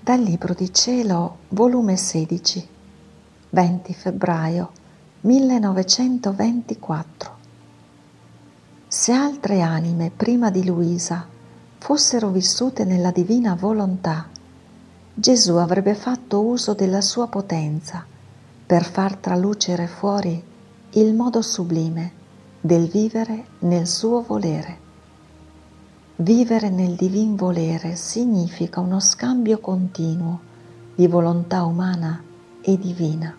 Dal Libro di Cielo, volume 16, 20 febbraio 1924. Se altre anime prima di Luisa fossero vissute nella divina volontà, Gesù avrebbe fatto uso della sua potenza per far tralucere fuori il modo sublime del vivere nel suo volere. Vivere nel divin volere significa uno scambio continuo di volontà umana e divina.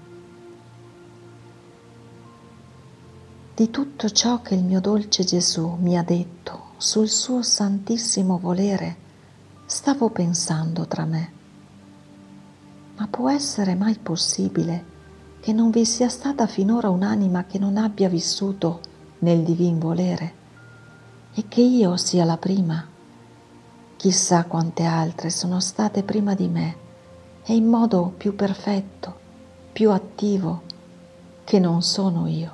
Di tutto ciò che il mio dolce Gesù mi ha detto sul suo santissimo volere, stavo pensando tra me. Ma può essere mai possibile che non vi sia stata finora un'anima che non abbia vissuto nel divin volere? E che io sia la prima? Chissà quante altre sono state prima di me e in modo più perfetto, più attivo, che non sono io.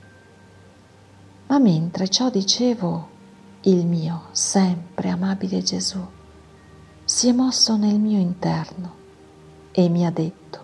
Ma mentre ciò dicevo, il mio sempre amabile Gesù si è mosso nel mio interno e mi ha detto: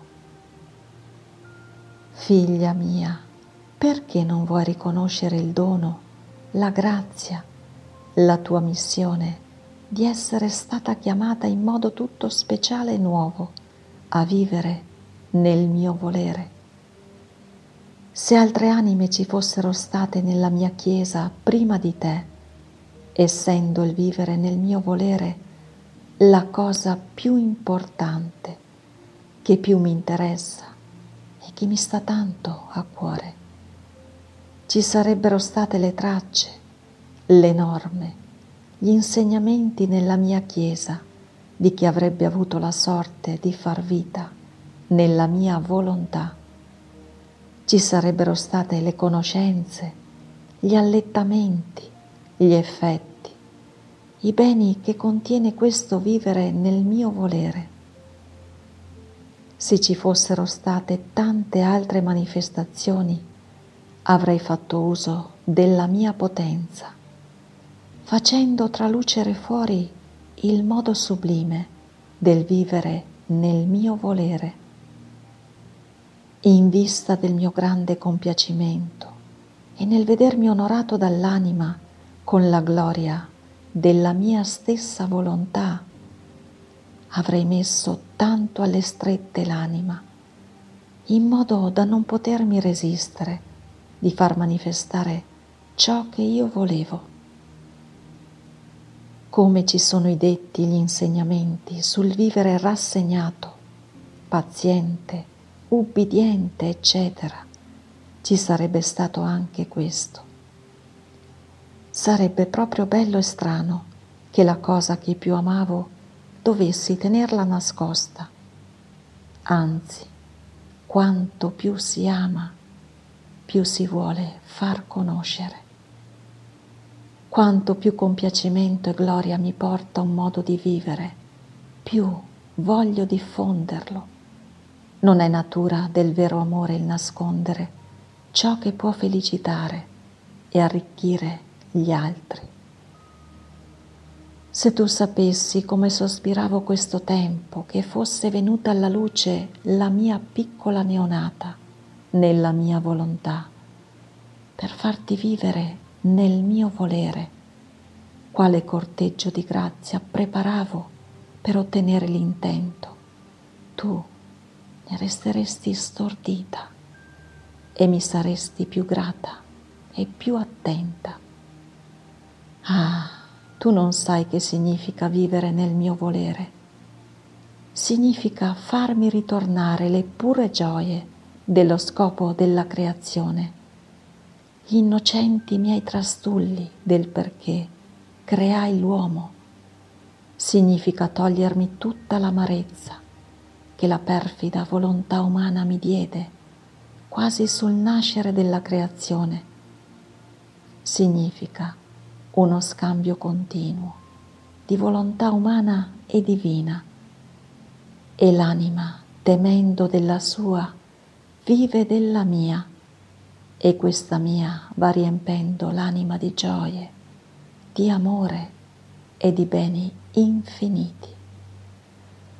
figlia mia, perché non vuoi riconoscere il dono, la grazia, la tua missione di essere stata chiamata in modo tutto speciale e nuovo a vivere nel mio volere? Se altre anime ci fossero state nella mia Chiesa prima di te, essendo il vivere nel mio volere la cosa più importante, che più mi interessa e che mi sta tanto a cuore, ci sarebbero state le tracce, le norme, gli insegnamenti nella mia Chiesa di chi avrebbe avuto la sorte di far vita nella mia volontà. Ci sarebbero state le conoscenze, gli allettamenti, gli effetti, i beni che contiene questo vivere nel mio volere. Se ci fossero state tante altre manifestazioni, avrei fatto uso della mia potenza, facendo tralucere fuori il modo sublime del vivere nel mio volere. In vista del mio grande compiacimento e nel vedermi onorato dall'anima con la gloria della mia stessa volontà, avrei messo tanto alle strette l'anima, in modo da non potermi resistere di far manifestare ciò che io volevo. Come ci sono i detti gli insegnamenti sul vivere rassegnato, paziente, ubbidiente, eccetera, ci sarebbe stato anche questo. Sarebbe proprio bello e strano che la cosa che più amavo dovessi tenerla nascosta. Anzi, quanto più si ama, più si vuole far conoscere. Quanto più compiacimento e gloria mi porta un modo di vivere, più voglio diffonderlo. Non è natura del vero amore il nascondere ciò che può felicitare e arricchire gli altri. Se tu sapessi come sospiravo questo tempo che fosse venuta alla luce la mia piccola neonata nella mia volontà, per farti vivere nel mio volere, quale corteggio di grazia preparavo per ottenere l'intento, tu ne resteresti stordita e mi saresti più grata e più attenta. Ah, tu non sai che significa vivere nel mio volere. Significa farmi ritornare le pure gioie dello scopo della creazione, gli innocenti miei trastulli del perché creai l'uomo. Significa togliermi tutta l'amarezza che la perfida volontà umana mi diede quasi sul nascere della creazione. Significa uno scambio continuo di volontà umana e divina, e l'anima, temendo della sua, vive della mia, e questa mia va riempendo l'anima di gioie, di amore e di beni infiniti.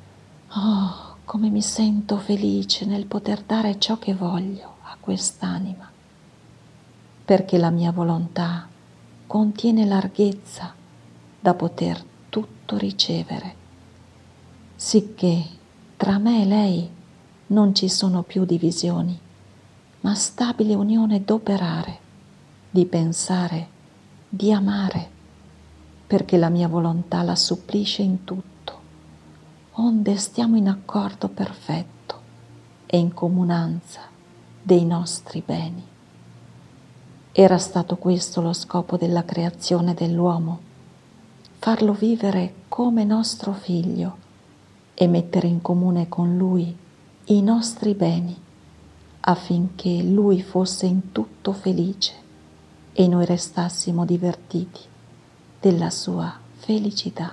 Oh, come mi sento felice nel poter dare ciò che voglio a quest'anima, perché la mia volontà contiene larghezza da poter tutto ricevere, sicché tra me e lei non ci sono più divisioni, ma stabile unione d'operare, di pensare, di amare, perché la mia volontà la supplisce in tutto, onde stiamo in accordo perfetto e in comunanza dei nostri beni. Era stato questo lo scopo della creazione dell'uomo, farlo vivere come nostro figlio e mettere in comune con lui i nostri beni, affinché lui fosse in tutto felice e noi restassimo divertiti della sua felicità.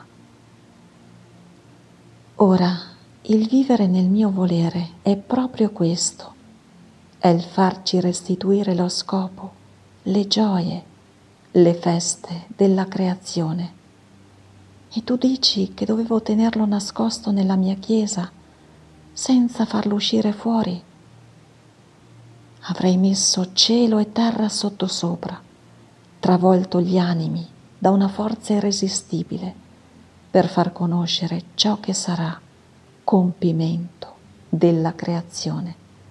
Ora, il vivere nel mio volere è proprio questo, è il farci restituire lo scopo, le gioie, le feste della creazione. E tu dici che dovevo tenerlo nascosto nella mia chiesa senza farlo uscire fuori? Avrei messo cielo e terra sottosopra, travolto gli animi da una forza irresistibile per far conoscere ciò che sarà compimento della creazione.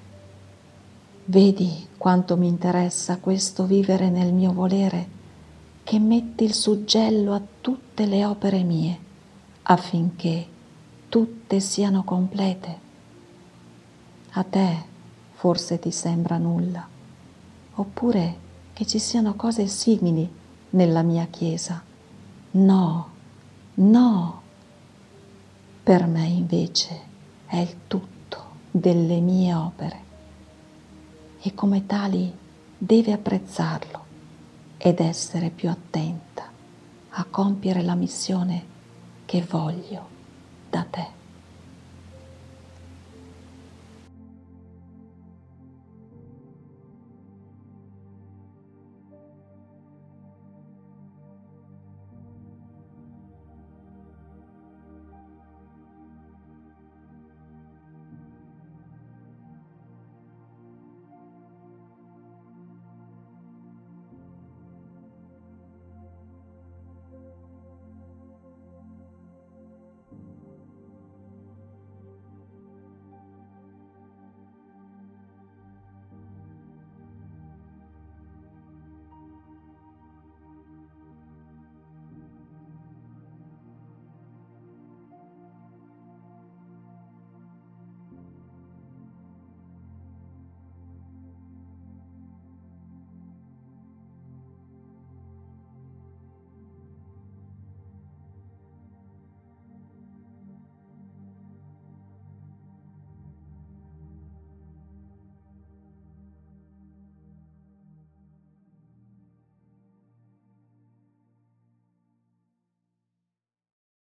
Vedi quanto mi interessa questo vivere nel mio volere, che mette il suggello a tutte le opere mie, affinché tutte siano complete. A te forse ti sembra nulla, oppure che ci siano cose simili nella mia Chiesa. No, no. Per me invece è il tutto delle mie opere e come tali deve apprezzarlo ed essere più attenta a compiere la missione che voglio da te.